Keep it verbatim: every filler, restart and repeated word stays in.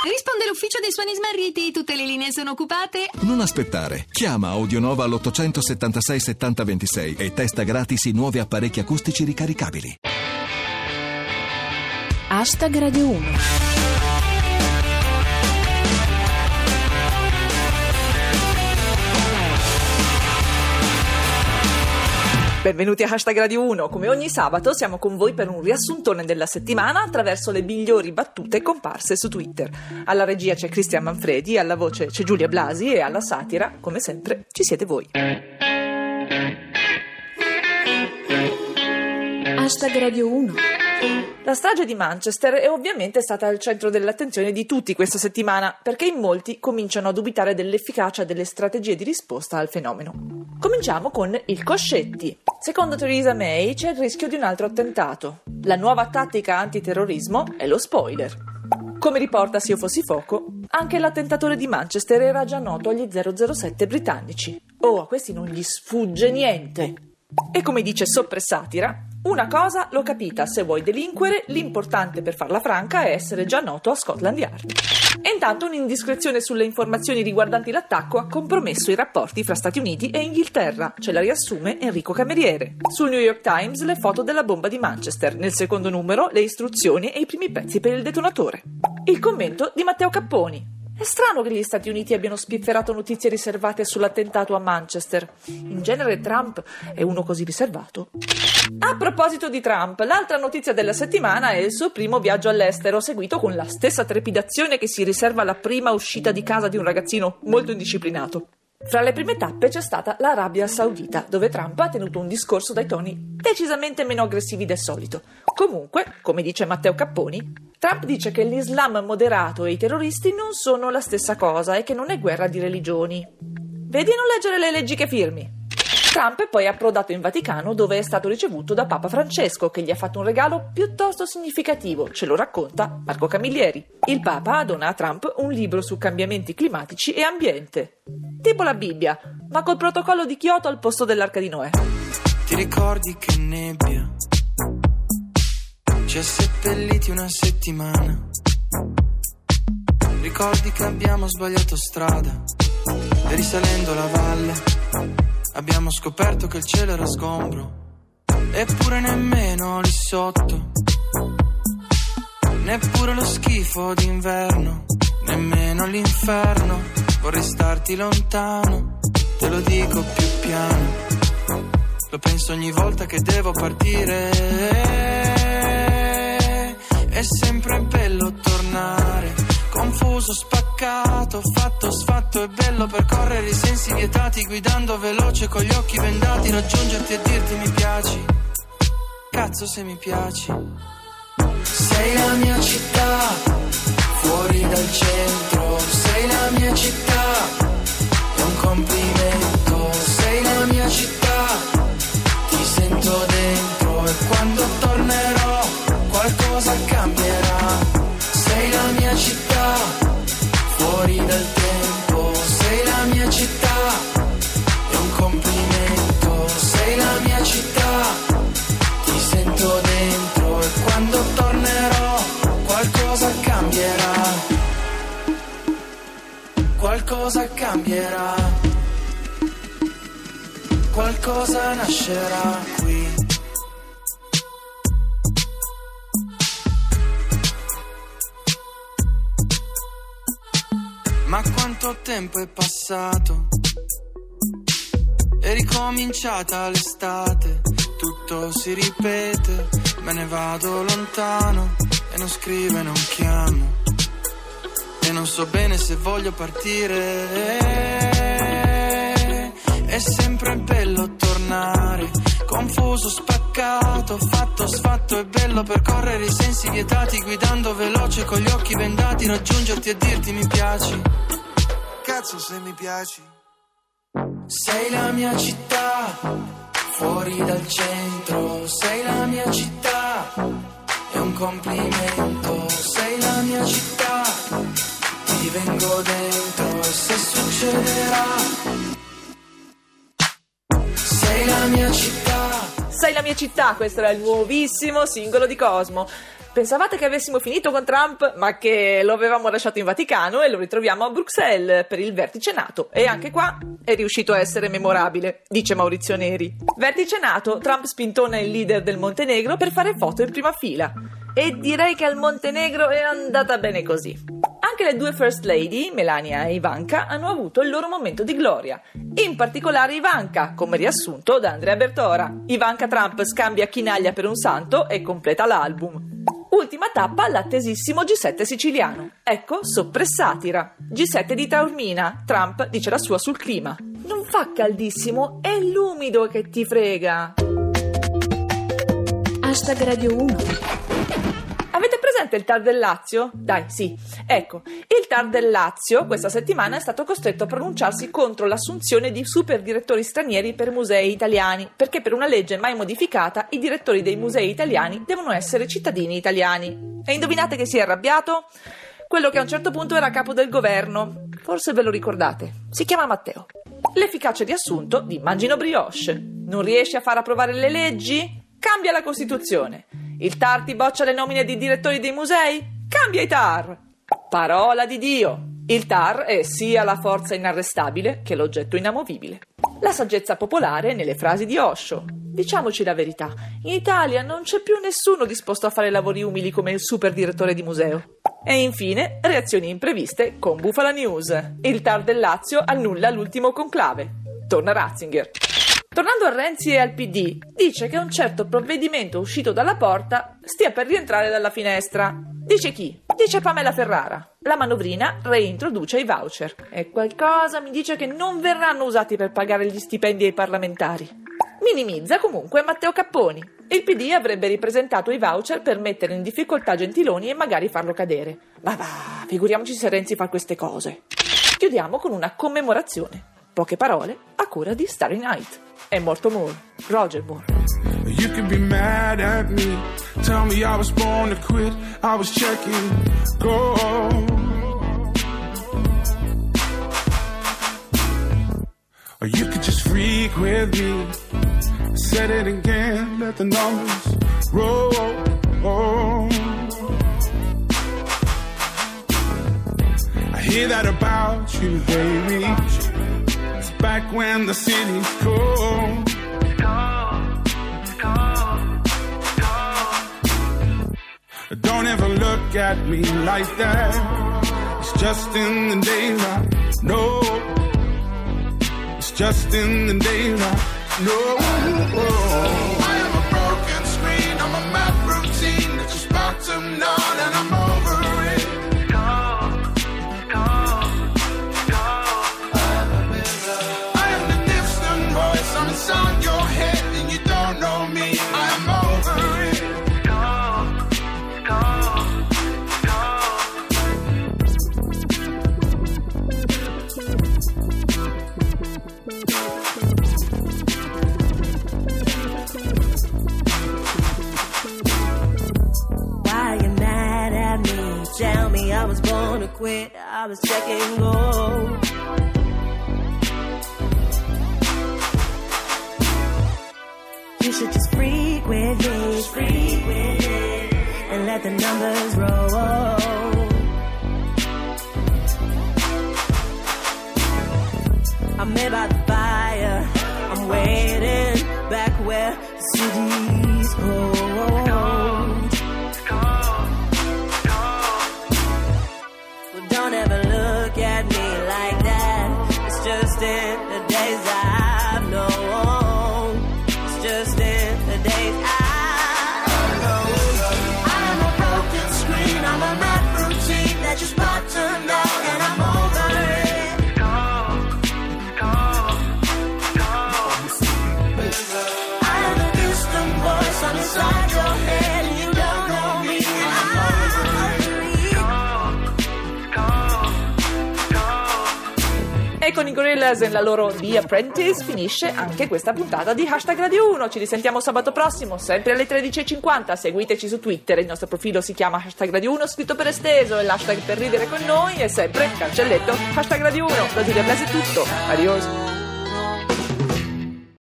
Risponde l'ufficio dei suoni smarriti, tutte le linee sono occupate. Non aspettare, chiama Audionova all'ottocentosettantasei settanta ventisei e testa gratis i nuovi apparecchi acustici ricaricabili. Hashtag Radio uno. Benvenuti a Hashtag Radio uno. Come ogni sabato siamo con voi per un riassuntone della settimana attraverso le migliori battute comparse su Twitter. Alla regia c'è Cristian Manfredi, alla voce c'è Giulia Blasi e alla satira, come sempre, ci siete voi. Hashtag Radio uno. La strage di Manchester è ovviamente stata al centro dell'attenzione di tutti questa settimana, perché in molti cominciano a dubitare dell'efficacia delle strategie di risposta al fenomeno. Cominciamo con il Coscetti. Secondo Theresa May c'è il rischio di un altro attentato. La nuova tattica antiterrorismo è lo spoiler. Come riporta Se io fossi fuoco, anche l'attentatore di Manchester era già noto agli zero zero sette britannici. Oh, a questi non gli sfugge niente. E come dice Soppressatira, una cosa l'ho capita: se vuoi delinquere, l'importante per farla franca è essere già noto a Scotland Yard. E intanto un'indiscrezione sulle informazioni riguardanti l'attacco ha compromesso i rapporti fra Stati Uniti e Inghilterra. Ce la riassume Enrico Cameriere. Sul New York Times le foto della bomba di Manchester, nel secondo numero le istruzioni e i primi pezzi per il detonatore. Il commento di Matteo Capponi. È strano che gli Stati Uniti abbiano spifferato notizie riservate sull'attentato a Manchester. In genere Trump è uno così riservato. A proposito di Trump, l'altra notizia della settimana è il suo primo viaggio all'estero, seguito con la stessa trepidazione che si riserva alla prima uscita di casa di un ragazzino molto indisciplinato. Fra le prime tappe c'è stata l'Arabia Saudita, dove Trump ha tenuto un discorso dai toni decisamente meno aggressivi del solito. Comunque, come dice Matteo Capponi, Trump dice che l'Islam moderato e i terroristi non sono la stessa cosa e che non è guerra di religioni. Vedi a non leggere le leggi che firmi. Trump è poi approdato in Vaticano, dove è stato ricevuto da Papa Francesco, che gli ha fatto un regalo piuttosto significativo. Ce lo racconta Marco Camilleri. Il Papa dona a Trump un libro su cambiamenti climatici e ambiente. Tipo la Bibbia, ma col protocollo di Kyoto al posto dell'Arca di Noè. Ti ricordi che nebbia ci ha seppelliti una settimana? Ricordi che abbiamo sbagliato strada e risalendo la valle abbiamo scoperto che il cielo era sgombro, eppure nemmeno lì sotto, neppure lo schifo d'inverno, nemmeno l'inferno. Vorrei starti lontano, te lo dico più piano, lo penso ogni volta che devo partire. È sempre bello tornare, confuso, spaccato, fatto, sfatto. È bello percorrere i sensi vietati, guidando veloce con gli occhi vendati, raggiungerti e dirti mi piaci, cazzo se mi piaci. Sei la mia città, fuori dal centro, sei la mia città, è un complimento. Sei la mia città, ti sento dentro e quando tornerò qualcosa cambierà. Sei la mia città, fuori dal tempo, sei la mia città, è un complimento. Sei la mia città, ti sento dentro e quando tornerò qualcosa cambierà. Qualcosa cambierà, qualcosa nascerà qui. Ma quanto tempo è passato, è ricominciata l'estate, tutto si ripete, me ne vado lontano e non scrivo e non chiamo, e non so bene se voglio partire. È sempre bello tornare, confuso, spaccato, fatto, sfatto. È bello percorrere i sensi vietati, guidando veloce con gli occhi vendati, raggiungerti e dirti mi piaci, cazzo se mi piaci. Sei la mia città, fuori dal centro, sei la mia città, è un complimento. Sei la mia città, ti vengo dentro e se succederà. la mia città. Sei la mia città, questo era il nuovissimo singolo di Cosmo. Pensavate che avessimo finito con Trump, ma che lo avevamo lasciato in Vaticano e lo ritroviamo a Bruxelles per il vertice NATO. E anche qua è riuscito a essere memorabile, dice Maurizio Neri. Vertice NATO, Trump spintona il leader del Montenegro per fare foto in prima fila. E direi che al Montenegro è andata bene così. Anche le due First Lady, Melania e Ivanka, hanno avuto il loro momento di gloria. In particolare Ivanka, come riassunto da Andrea Bertora. Ivanka Trump scambia chinaglia per un santo e completa l'album. Ultima tappa, l'attesissimo G sette siciliano. Ecco, soppressatira. G sette di Taormina. Trump dice la sua sul clima. Non fa caldissimo, è l'umido che ti frega. Hashtag Radio uno. Avete presente il T A R del Lazio? Dai, sì. Ecco, il T A R del Lazio questa settimana è stato costretto a pronunciarsi contro l'assunzione di super direttori stranieri per musei italiani, perché per una legge mai modificata i direttori dei musei italiani devono essere cittadini italiani. E indovinate che si è arrabbiato? Quello che a un certo punto era capo del governo. Forse ve lo ricordate. Si chiama Matteo. L'efficace riassunto di Mangino Brioche. Non riesci a far approvare le leggi? Cambia la Costituzione. Il T A R ti boccia le nomine di direttori dei musei? Cambia i T A R. Parola di Dio. Il T A R è sia la forza inarrestabile che l'oggetto inamovibile. La saggezza popolare nelle frasi di Osho. Diciamoci la verità, in Italia non c'è più nessuno disposto a fare lavori umili come il super direttore di museo. E infine, reazioni impreviste con Bufala News. Il T A R del Lazio annulla l'ultimo conclave. Torna Ratzinger. Tornando a Renzi e al P D, dice che un certo provvedimento uscito dalla porta stia per rientrare dalla finestra. Dice chi? Dice Pamela Ferrara. La manovrina reintroduce i voucher. E qualcosa mi dice che non verranno usati per pagare gli stipendi ai parlamentari. Minimizza comunque Matteo Capponi. Il P D avrebbe ripresentato i voucher per mettere in difficoltà Gentiloni e magari farlo cadere. Ma va, figuriamoci se Renzi fa queste cose. Chiudiamo con una commemorazione. Poche parole a cura di Starry Night. È morto Moore, Roger Moore. You can be mad at me, tell me I was born to quit, I was checking, go. Or you could just freak with me, said it again, let the numbers roll. I hear that about you, baby. It's back when the city's cold. Don't ever look at me like that. It's just in the daylight. No, it's just in the daylight. No, I am a broken screen. I'm a mad routine that just bottomed on, and I'm over it. I am the distant voice. I'm inside your head, and you don't know me. I am over it. Tell me I was born to quit, I was checking gold. You should just freak with me, freak with it, and let the numbers roll. I'm made by the fire, I'm waiting back where the city's cold. Don't ever look at me like that. It's just in the days I've known. It's just in the days I've known. I'm a broken screen. I'm a mad routine that just bottomed out, and I'm over it. I am a distant voice. I'm inside your head, and you don't know me. And I'm over it. E con i Gorillaz e la loro The Apprentice finisce anche questa puntata di Hashtag Radio uno. Ci risentiamo sabato prossimo, sempre alle tredici e cinquanta. Seguiteci su Twitter, il nostro profilo si chiama Hashtag Radio uno, scritto per esteso, e l'hashtag per ridere con noi è sempre cancelletto Hashtag Radio uno. Da Giulia Blasi è tutto, adios.